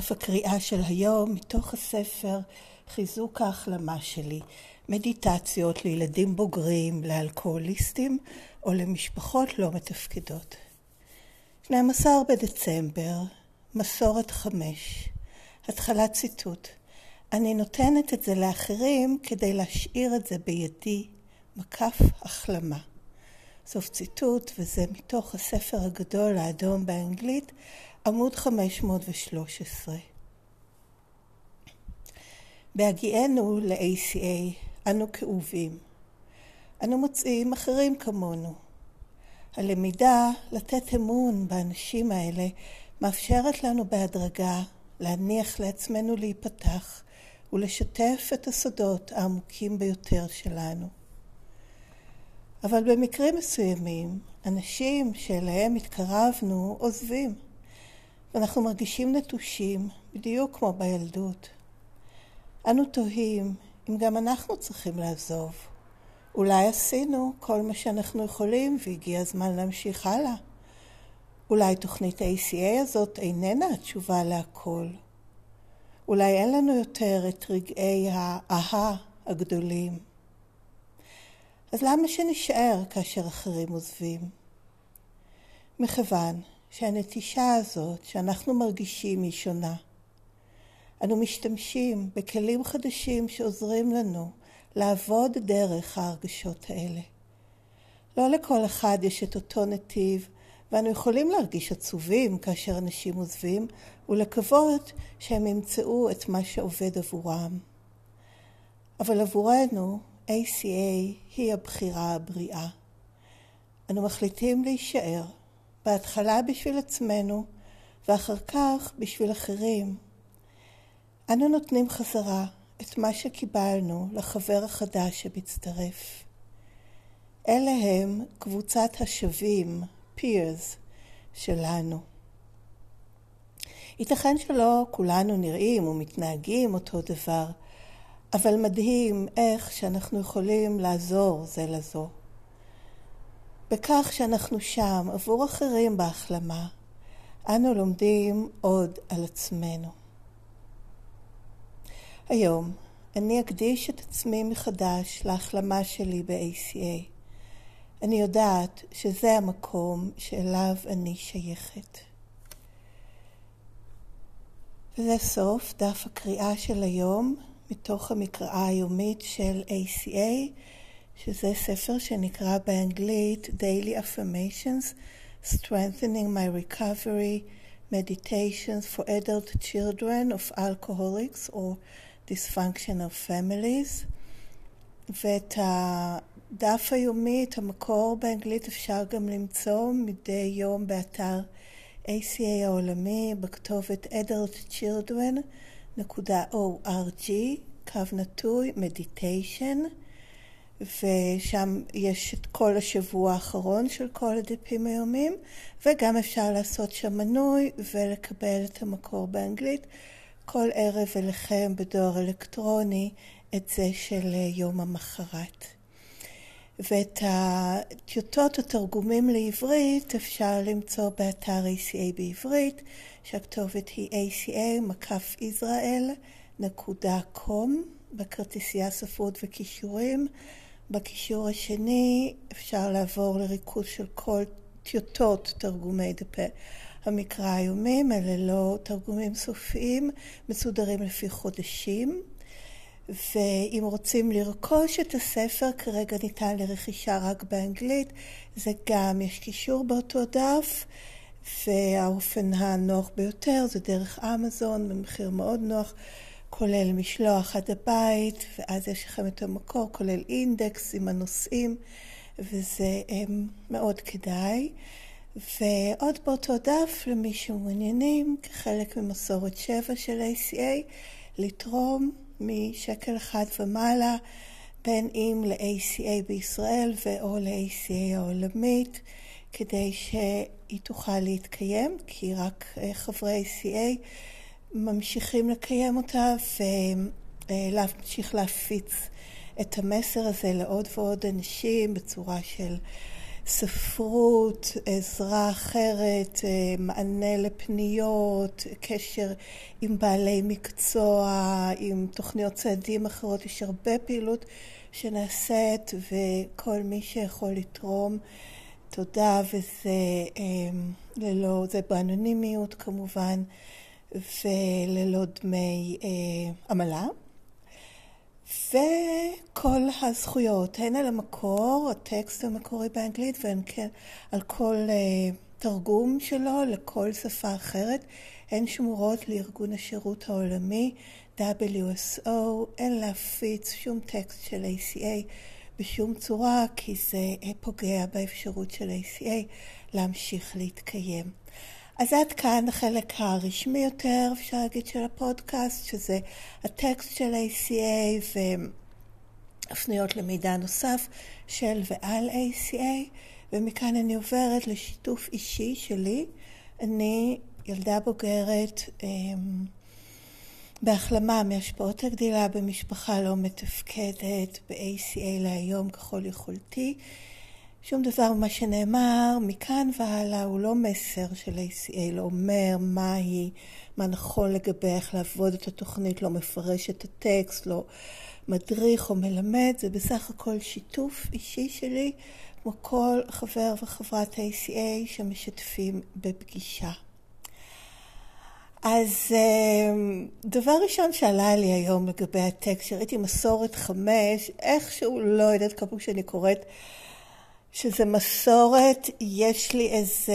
דף הקריאה של היום מתוך הספר חיזוק ההחלמה שלי, מדיטציות לילדים בוגרים, לאלכוהוליסטים או למשפחות לא מתפקדות. 12 בדצמבר, מסורת 5, התחלת ציטוט. אני נותנת את זה לאחרים כדי להשאיר את זה בידי, מקף החלמה. סוף ציטוט, וזה מתוך הספר הגדול האדום באנגלית, עמוד 513. בהגיענו ל-ACA, אנו כאובים. אנו מוצאים אחרים כמונו. הלמידה לתת אמון באנשים האלה מאפשרת לנו בהדרגה להניח לעצמנו להיפתח ולשתף את הסודות העמוקים ביותר שלנו. אבל במקרים מסוימים, אנשים שאליהם התקרבנו עוזבים, ואנחנו מרגישים נטושים, בדיוק כמו בילדות. אנו תוהים אם גם אנחנו צריכים לעזוב. אולי עשינו כל מה שאנחנו יכולים והגיע הזמן להמשיך הלאה. אולי תוכנית ה-ACA הזאת איננה התשובה להכל. אולי אין לנו יותר את רגעי האהה הגדולים. אז למה שנשאר כאשר אחרים עוזבים? מכיוון שהנטישה הזאת שאנחנו מרגישים היא שונה. אנו משתמשים בכלים חדשים שעוזרים לנו לעבוד דרך ההרגשות האלה. לא לכל אחד יש את אותו נתיב, ואנו יכולים להרגיש עצובים כאשר אנשים עוזבים, ולקוות שהם ימצאו את מה שעובד עבורם. אבל עבורנו, ACA היא הבחירה הבריאה. אנו מחליטים להישאר, בהתחלה בשביל עצמנו, ואחר כך בשביל אחרים. אנו נותנים חזרה את מה שקיבלנו לחבר החדש שמצטרף. אלה הם קבוצת השווים, peers, שלנו. ייתכן שלא כולנו נראים ומתנהגים אותו דבר, אבל מדהים איך שאנחנו יכולים לעזור זה לזו. בכך שאנחנו שם עבור אחרים בהחלמה, אנו לומדים עוד על עצמנו. היום אני אקדיש את עצמי מחדש להחלמה שלי ב-ACA. אני יודעת שזה המקום שאליו אני שייכת. וזה סוף דף הקריאה של היום מתוך המקראה היומית של ACA, שזה ספר שנקרא באנגלית Daily Affirmations, Strengthening My Recovery, Meditations for Adult Children of Alcoholics or Dysfunctional Families. ואת הדף היומי, את המקור באנגלית, אפשר גם למצוא מדי יום באתר ACA העולמי בכתובת adultchildren.org/meditation, ושם יש את כל השבוע האחרון של כל הדפים היומיים, וגם אפשר לעשות שם מנוי ולקבל את המקור באנגלית כל ערב אליכם בדואר אלקטרוני את זה של יום המחרת. ואת הטיוטות התרגומים לעברית אפשר למצוא באתר ACA בעברית, שהכתובת היא aca-israel.com, בכרטיסייה ספרות וכישורים. בקישור השני אפשר לעבור לריכוז של כל טיוטות תרגומי דפי המקרא היומיים, אלה לא תרגומים סופיים, מסודרים לפי חודשים. ואם רוצים לרכוש את הספר, כרגע ניתן לרכישה רק באנגלית, זה גם יש קישור באותו דף, והאופן הנוח ביותר זה דרך אמזון, במחיר מאוד נוח, כולל משלוח עד הבית, ואז יש לכם את המקור, כולל אינדקס עם הנושאים, וזה מאוד כדאי. ועוד באותו דף, למי שמעוניינים, כחלק ממסורת 7 של ACA, לתרום משקל אחד ומעלה, בין אם ל-ACA בישראל או ל-ACA העולמית, כדי שהיא תוכל להתקיים, כי רק חברי ACA ממשיכים לקיים אותה ולהמשיך להפיץ את המסר הזה לעוד ועוד אנשים בצורה של ספרות, עזרה אחרת, מענה לפניות, קשר עם בעלי מקצוע, עם תוכניות צעדים אחרות. יש הרבה פעילות שנעשית, וכל מי שיכול לתרום, תודה, זה באנונימיות כמובן, וללא דמי עמלה. וכל הזכויות, הן על המקור, הטקסט המקורי באנגלית, והן כן על כל תרגום שלו לכל שפה אחרת, הן שמורות לארגון השירות העולמי, WSO. אין להפיץ שום טקסט של ACA בשום צורה, כי זה פוגע באפשרות של ACA להמשיך להתקיים. אז עד כאן החלק הרשמי יותר, אפשר להגיד, של הפודקאסט, שזה הטקסט של ACA והפניות למידע נוסף של ועל ACA, ומכאן אני עוברת לשיתוף אישי שלי. אני ילדה בוגרת בהחלמה מהשפעות הגדילה במשפחה לא מתפקדת, ב-ACA להיום ככל יכולתי. שום דבר מה שנאמר מכאן והלאה הוא לא מסר של ACA, לא אומר מה נכון לגבי איך לעבוד את התוכנית, לא מפרש את הטקסט, לא מדריך או מלמד. זה בסך הכל שיתוף אישי שלי, כמו כל חבר וחברת ACA שמשתפים בפגישה. אז דבר ראשון שעלה לי היום לגבי הטקסט, שראיתי מסורת 5, איכשהו לא יודעת כמה שאני קוראת, שזה מסורת, יש לי איזו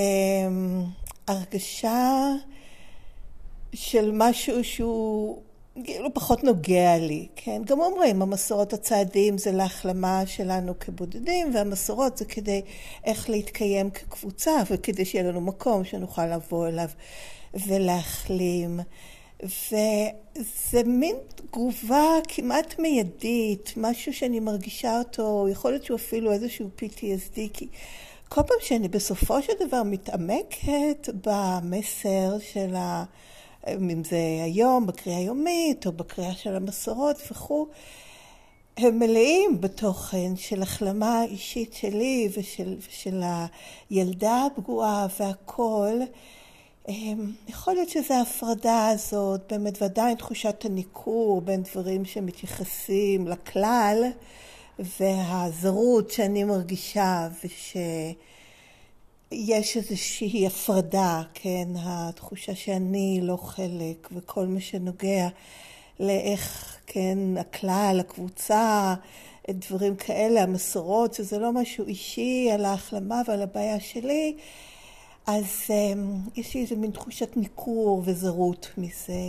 הרגשה של משהו שהוא כאילו פחות נוגע לי, כן? גם אומרים, המסורות הצעדים זה להחלמה שלנו כבודדים, והמסורות זה כדי איך להתקיים כקבוצה, וכדי שיהיה לנו מקום שנוכל לבוא אליו ולהחלים. וזה מין תגובה כמעט מיידית, משהו שאני מרגישה אותו, יכול להיות שהוא אפילו איזשהו PTSD, כי כל פעם שאני בסופו של דבר מתעמקת במסר של אם זה היום, בקריאה היומית, או בקריאה של המסורות וכו', הם מלאים בתוכן של החלמה אישית שלי ושל הילדה הפגועה והכל. יכול להיות שזו ההפרדה הזאת, באמת ועדיין תחושת הניכור בין דברים שמתייחסים לכלל, והזרות שאני מרגישה, ויש איזושהי הפרדה, כן, התחושה שאני לא חלק, וכל מה שנוגע לאיך, כן, הכלל, הקבוצה, דברים כאלה, המסורות, שזה לא משהו אישי על ההחלמה ועל הבעיה שלי, אז יש לי איזו מין תחושת ניכור וזרות מזה,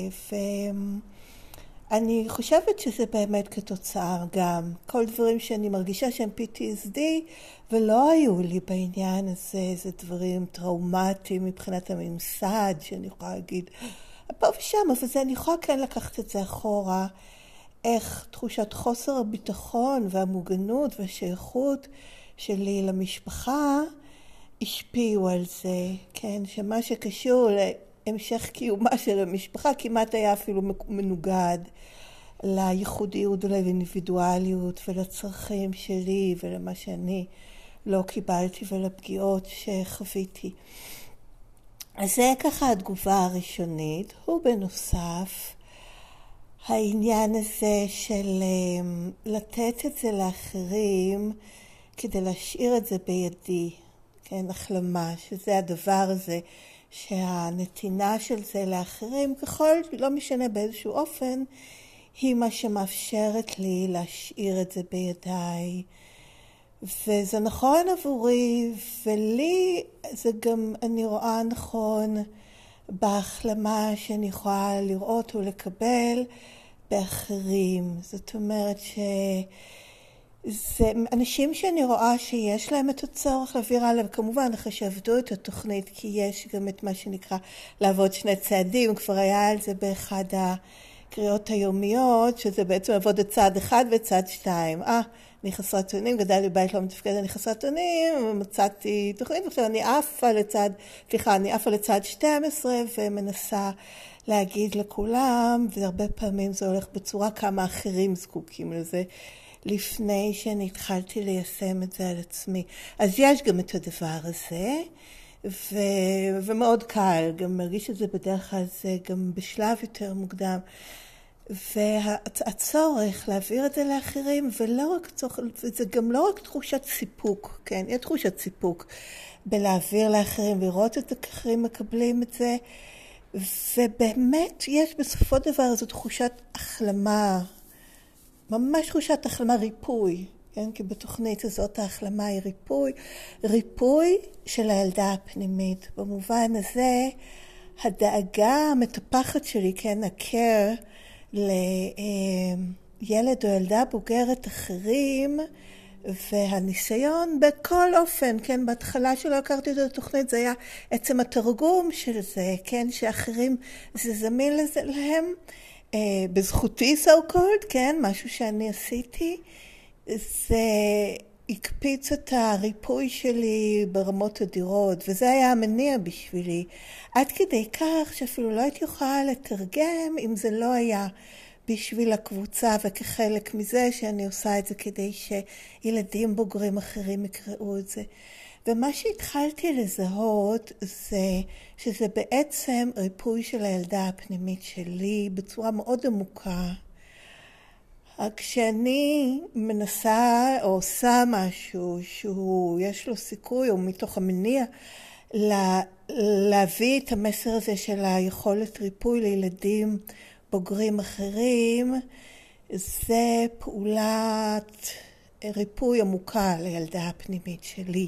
ואני חושבת שזה באמת כתוצאה גם. כל דברים שאני מרגישה שהם PTSD, ולא היו לי בעניין הזה, זה דברים טראומטיים מבחינת הממסד, שאני יכולה להגיד, פה ושם, אבל זה, אני יכולה כן לקחת את זה אחורה, איך תחושת חוסר הביטחון והמוגנות והשייכות שלי למשפחה, השפיעו על זה, כן, שמה שקשור להמשך קיומה של המשפחה כמעט היה אפילו מנוגד לייחודיות ולאינדיבידואליות ולצרכים שלי ולמה שאני לא קיבלתי ולפגיעות שחוויתי. אז זה ככה התגובה הראשונית. הוא בנוסף העניין הזה של לתת את זה לאחרים כדי להשאיר את זה בידי. כן, החלמה, שזה הדבר הזה, שהנתינה של זה לאחרים, ככל, לא משנה באיזשהו אופן, היא מה שמאפשרת לי להשאיר את זה בידיי. וזה נכון עבורי, ולי זה גם, אני רואה נכון בהחלמה שאני יכולה לראות ולקבל באחרים. זאת אומרת זה אנשים שאני רואה שיש להם את הצורך להעביר הלאה, וכמובן אחרי שעבדו את התוכנית, כי יש גם את מה שנקרא לעבוד שני צעדים, כבר היה על זה באחד הקריאות היומיות, שזה בעצם לעבוד את צעד אחד וצעד 2. אני חסרת אונים, גדל לי בית לא מתפקד, אני חסרת אונים, מצאתי תוכנית, עכשיו אני עפה לצעד 12, ומנסה להגיד לכולם, והרבה פעמים זה הולך בצורה כמה אחרים זקוקים לזה, לפני שאני התחלתי ליישם את זה על עצמי. אז יש גם את הדבר הזה, ומאוד קל, גם מרגיש את זה בדרך כלל זה גם בשלב יותר מוקדם. והצורך להעביר את זה לאחרים, ולא רק צורך, זה גם לא רק תחושת סיפוק, כן? יש תחושת סיפוק בלהעביר לאחרים, לראות את האחרים מקבלים את זה, ובאמת יש בסופו דבר זו תחושת החלמה, ממש תחושת החלמה, ריפוי, כן? כי בתוכנית הזאת ההחלמה היא ריפוי של הילדה הפנימית. במובן הזה, הדאגה המטפחת שלי, כן, הקר, לילד או ילדה בוגרת אחרים, והניסיון בכל אופן, כן, בהתחלה שלא הכרתי את התוכנית, זה היה עצם התרגום של זה, כן, שאחרים זה זמין להם, בזכותי so called, כן, משהו שאני עשיתי, זה הקפיץ את הריפוי שלי ברמות אדירות, וזה היה המניע בשבילי, עד כדי כך שאפילו לא הייתי יכולה לתרגם אם זה לא היה בשביל הקבוצה, וכחלק מזה שאני עושה את זה כדי שילדים בוגרים אחרים יקראו את זה. ומה שהתחלתי לזהות זה שזה בעצם ריפוי של הילדה הפנימית שלי בצורה מאוד עמוקה. כשאני מנסה או עושה משהו שיש לו סיכוי או מתוך המניע להביא את המסר הזה של היכולת ריפוי לילדים בוגרים אחרים, זה פעולת ריפוי עמוקה לילדה הפנימית שלי.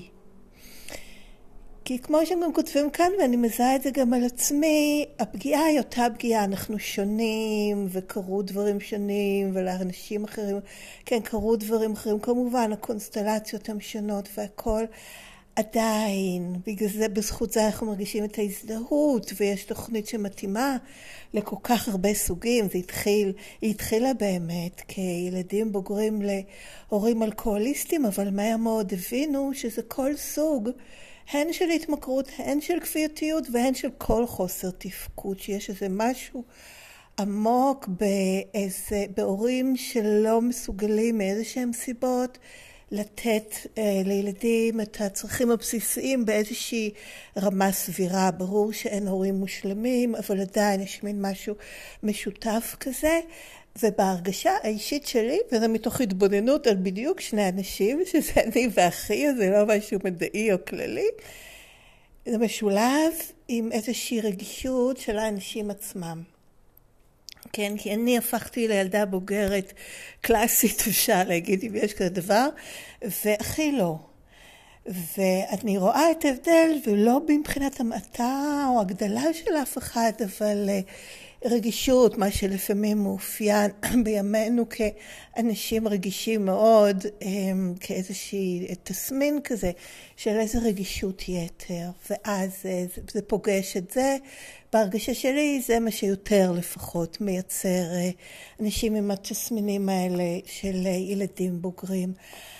כי כמו שהם גם כותבים כאן, ואני מזהה את זה גם על עצמי, הפגיעה היא אותה פגיעה, אנחנו שונים וקרו דברים שונים, ולאנשים אחרים, כן, קרו דברים אחרים, כמובן הקונסטלציות הן שונות והכל, עדיין, בגלל זה, בזכות זה אנחנו מרגישים את ההזדהות, ויש תוכנית שמתאימה לכל כך הרבה סוגים. היא התחילה באמת כילדים בוגרים להורים אלכוהוליסטים, אבל מהר מאוד הבינו שזה כל סוג, הן של התמכרות, הן של כפייתיות, והן של כל חוסר תפקוד, שיש איזה משהו עמוק בהורים שלא מסוגלים מאיזה שהם סיבות, לתת לילדים את הצרכים הבסיסיים באיזושהי רמה סבירה. ברור שאין הורים מושלמים, אבל עדיין יש מין משהו משותף כזה. ובהרגשה האישית שלי, וזה מתוך התבוננות על בדיוק שני אנשים, שזה אני ואחי, זה לא משהו מדעי או כללי, זה משולב עם איזושהי רגישות של האנשים עצמם. כן, כי אני הפכתי לילדה בוגרת קלאסית, אפשר להגיד אם יש כזה דבר, ואחי לא. ואני רואה את ההבדל, ולא מבחינת המעטה או הגדלה של אף אחד, אבל רגישות, מה שלפעמים מאופיין בימינו כאנשים רגישים מאוד, כאיזושהי תסמין כזה, של איזה רגישות יתר, ואז זה פוגש את זה. בהרגשה שלי זה מה שיותר לפחות מייצר אנשים עם התסמינים האלה של ילדים בוגרים.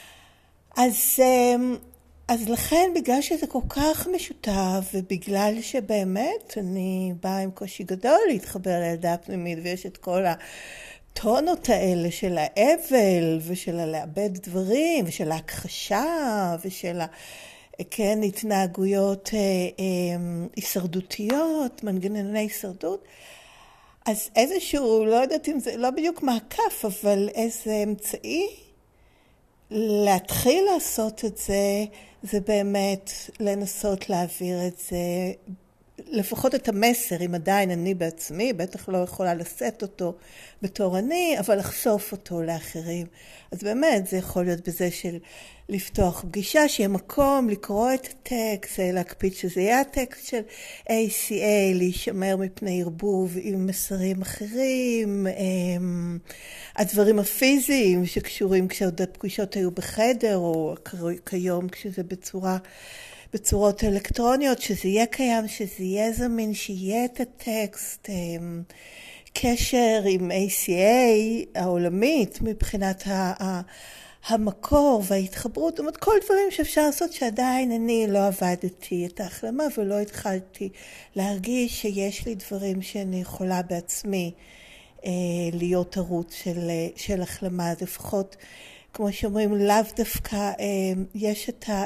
אז לכן, בגלל שזה כל כך משותף, ובגלל שבאמת אני באה עם קושי גדול להתחבר לילדה הפנימית, ויש את כל הטונות האלה של האבל, ושל לאבד דברים, ושל ההכחשה, ושל כן, התנהגויות הישרדותיות, מנגנוני הישרדות, אז איזשהו, לא יודעת אם זה, לא בדיוק מעקף, אבל איזה אמצעי להתחיל לעשות את זה, זה באמת לנסות להעביר את זה, לפחות את המסר, אם עדיין אני בעצמי, בטח לא יכולה לשאת אותו בתור אני, אבל לחשוף אותו לאחרים. אז באמת זה יכול להיות בזה של לפתוח פגישה, שיהיה מקום לקרוא את הטקסט, להקפיד שזה יהיה הטקסט של ACA, להישמר מפני ערבוב עם מסרים אחרים, הדברים הפיזיים שקשורים כשעוד הפגישות היו בחדר, או כיום כשזה בצורות אלקטרוניות, שזה יהיה קיים, שזה יהיה זמין, שיהיה את הטקסט, קשר עם ACA העולמית מבחינת המקור וההתחברות, זאת אומרת, כל דברים שאפשר לעשות שעדיין אני לא עבדתי את ההחלמה ולא התחלתי להרגיש שיש לי דברים שאני יכולה בעצמי להיות ערוץ של החלמה, לפחות כמו שאומרים, לאו דווקא, יש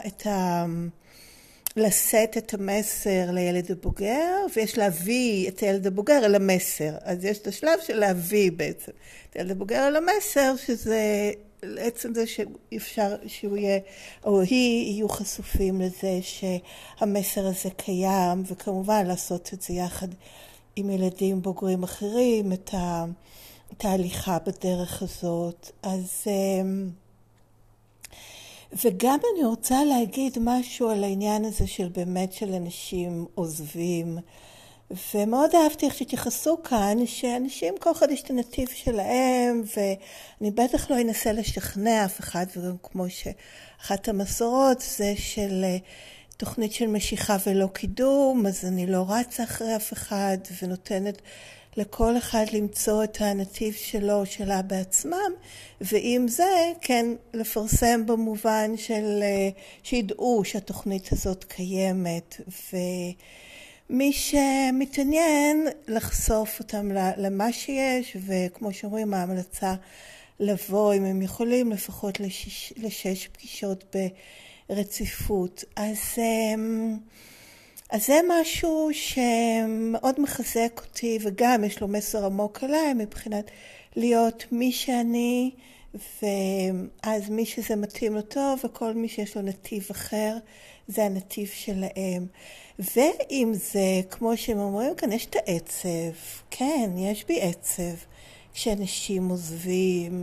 לשאת את המסר לילד הבוגר, ויש להביא את הילד הבוגר אל המסר. אז יש את השלב של להביא בעצם את הילד הבוגר אל המסר, שזה עצם זה שאפשר שהוא יהיה, או היא יהיו חשופים לזה שהמסר הזה קיים, וכמובן לעשות את זה יחד עם ילדים בוגרים אחרים, את ההליכה בדרך הזאת. אז וגם אני רוצה להגיד משהו על העניין הזה של באמת של אנשים עוזבים, ומאוד אהבתי איך שתייחסו כאן שאנשים כל אחד יש את הנתיב שלהם, ואני בטח לא אנסה לשכנע אף אחד, וגם כמו שאחת המסורות זה של תוכנית של משיכה ולא קידום, אז אני לא רצה אחרי אף אחד ונותנת לכל אחד למצוא את הנתיב שלו או שלה בעצמם, ועם זה כן לפרסם במובן של שידעו שהתוכנית הזאת קיימת, ומי שמתעניין לחשוף אותם למה שיש, וכמו שאומרים ההמלצה לבוא אם הם יכולים לפחות לשש פגישות ברציפות. אז זה משהו שמאוד מחזק אותי, וגם יש לו מסר עמוק עליי מבחינת להיות מי שאני, ואז מי שזה מתאים לו טוב, וכל מי שיש לו נתיב אחר, זה הנתיב שלהם. ועם זה, כמו שהם אומרים כאן, יש את העצב. כן, יש בי עצב כשאנשים עוזבים,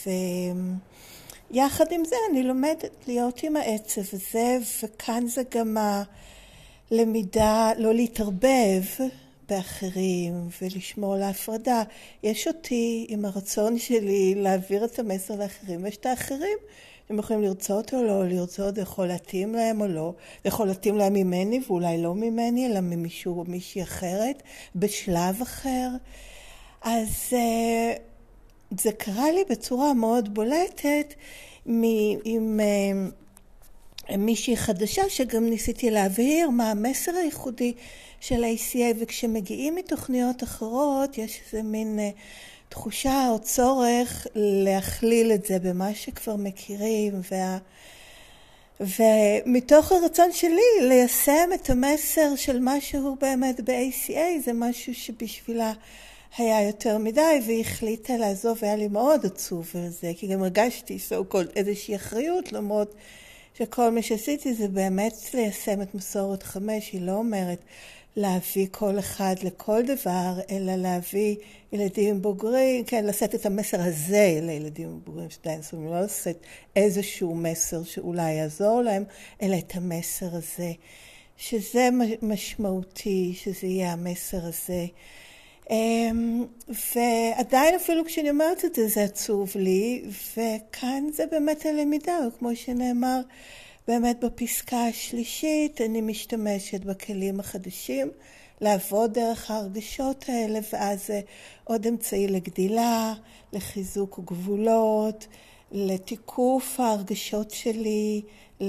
ויחד עם זה אני לומדת להיות עם העצב הזה, וכאן זה גם למידה לא להתערבב באחרים ולשמור על ההפרדה. יש אותי עם הרצון שלי להעביר את המסר לאחרים, ויש את האחרים, הם יכולים לרצות או לא לרצות, יכול להתאים להם או לא, יכול להתאים להם ממני ואולי לא ממני, אלא ממישהו או מישהי אחרת, בשלב אחר. אז זה קרה לי בצורה מאוד בולטת עם מישהי חדשה, שגם ניסיתי להבהיר מה המסר הייחודי של ה-ACA, וכשמגיעים מתוכניות אחרות יש איזה מין תחושה או צורך להכליל את זה במה שכבר מכירים, ומתוך הרצון שלי ליישם את המסר של משהו באמת ב-ACA, זה משהו שבשבילה היה יותר מדי, והיא החליטה לעזוב, והיה לי מאוד עצוב על זה, כי גם הרגשתי איזושהי אחריות, למרות שכל מה שעשיתי זה באמת ליישם את מסורת 5, היא לא אומרת להביא כל אחד לכל דבר, אלא להביא ילדים בוגרים, כן, לשאת את המסר הזה לילדים בוגרים, שדיין סומים, לא לשאת איזשהו מסר שאולי יעזור להם, אלא את המסר הזה, שזה משמעותי, שזה יהיה המסר הזה. ועדיין אפילו כשאני אומרת את זה, זה עצוב לי, וכאן זה באמת הלמידה, כמו שנאמר באמת בפסקה השלישית, אני משתמשת בכלים החדשים, לעבוד דרך ההרגשות האלה, ואז זה עוד אמצעי לגדילה, לחיזוק גבולות, לתיקוף ההרגשות שלי,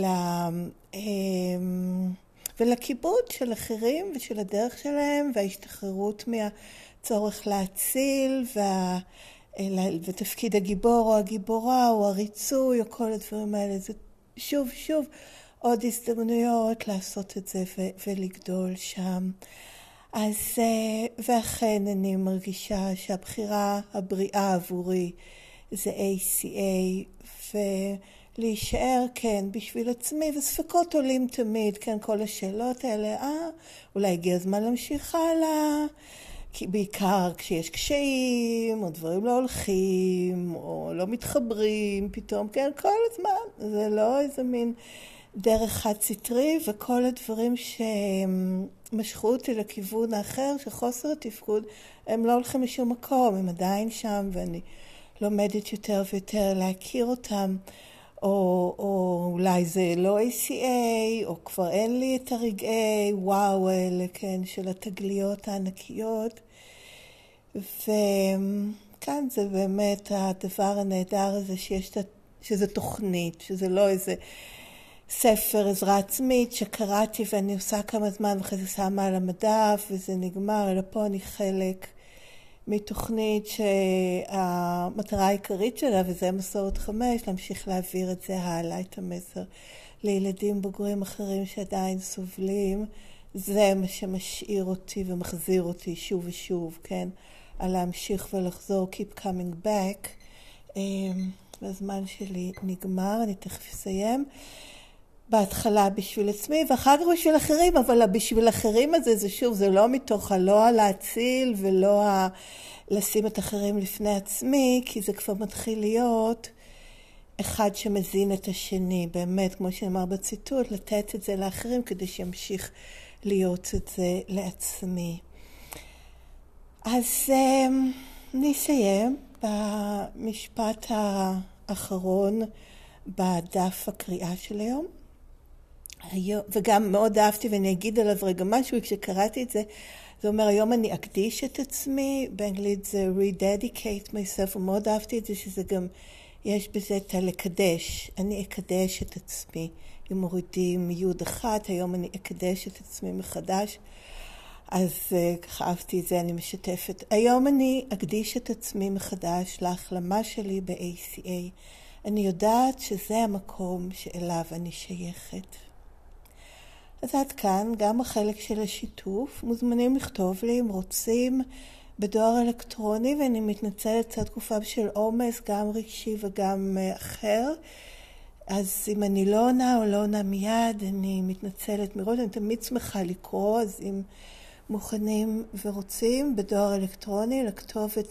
ולכיבוד של אחרים ושל הדרך שלהם, וההשתחררות מהצורך להציל, ותפקיד הגיבור או הגיבורה או הריצוי או כל הדברים האלה. זה שוב עוד הזדמנויות לעשות את זה ולגדול שם. אז ואכן אני מרגישה שהבחירה הבריאה עבורי זה ACA, ולהישאר כן בשביל עצמי, וספקות עולים תמיד, כן, כל השאלות האלה, אולי הגיע הזמן להמשיך הלאה, כי בעיקר כשיש קשיים, או דברים לא הולכים, או לא מתחברים, פתאום, כן, כל הזמן, זה לא איזה מין דרך חד סטרי, וכל הדברים שמשכו אותי לכיוון האחר, שחוסר התפקוד, הם לא הולכים לשום מקום, הם עדיין שם, ואני לומדת יותר ויותר להכיר אותם, או אולי זה לא ACA, או כבר אין לי את הרגעי וואו האלה, כן, של התגליות הענקיות. וכאן זה באמת הדבר הנהדר הזה שזה תוכנית, שזה לא איזה ספר עזרה עצמית שקראתי ואני עושה כמה זמן ואחרי זה שמה על המדף וזה נגמר, אלא פה אני חלק מתוכנית שהמטרה העיקרית שלה, וזה מסורת 5, להמשיך להעביר את זה הלאה, את המסר לילדים בוגרים אחרים שעדיין סובלים. זה מה שמשאיר אותי ומחזיר אותי שוב ושוב, כן? על להמשיך ולחזור, keep coming back. והזמן שלי נגמר, אני תכף אסיים. בהתחלה בשביל עצמי ואחר כך בשביל אחרים, אבל בשביל אחרים הזה זה שוב, זה לא מתוך הלא להציל ולא לשים את אחרים לפני עצמי, כי זה כבר מתחיל להיות אחד שמזין את השני, באמת, כמו שנאמר בציטוט, לתת את זה לאחרים כדי שימשיך להיות את זה לעצמי. אז נסיים במשפט האחרון בדף הקריאה של היום. וגם מאוד אהבתי, ואני אגיד עליו רגע משהו, כשקראתי את זה, זה אומר, היום אני אקדיש את עצמי, באנגלית זה rededicate myself, ומאוד אהבתי את זה, שזה גם, יש בזה את הלקדש, אני אקדש את עצמי, אם מורידים יוד אחת, היום אני אקדש את עצמי מחדש, אז ככה אהבתי את זה, אני משתפת. היום אני אקדיש את עצמי מחדש להחלמה שלי ב-ACA. אני יודעת שזה המקום שאליו אני שייכת. אז עד כאן, גם החלק של השיתוף. מוזמנים לכתוב לי אם רוצים בדואר אלקטרוני, ואני מתנצלת קצת תקופה של עומס, גם רגשי וגם אחר. אז אם אני לא עונה או לא עונה מיד, אני מתנצלת מראש. אני תמיד שמחה לקרוא, אז אם מוכנים ורוצים בדואר אלקטרוני, לכתובת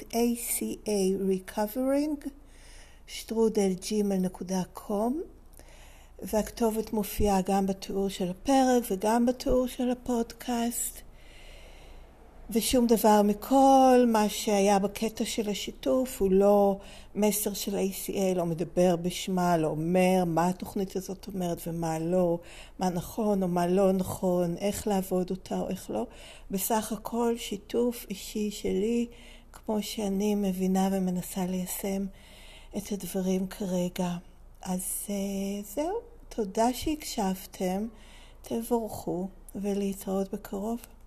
aca recovering@gmail.com, והכתובת מופיעה גם בתיאור של הפרק וגם בתיאור של הפודקאסט. ושום דבר מכל מה שהיה בקטע של השיתוף הוא לא מסר של ACA, לא מדבר בשמה, לא אומר מה התוכנית הזאת אומרת ומה לא, מה נכון או מה לא נכון, איך לעבוד אותה או איך לא. בסך הכל שיתוף אישי שלי, כמו שאני מבינה ומנסה ליישם את הדברים כרגע. אז זהו, תודה שהקשבתם, תבורכו ולהתראות בקרוב.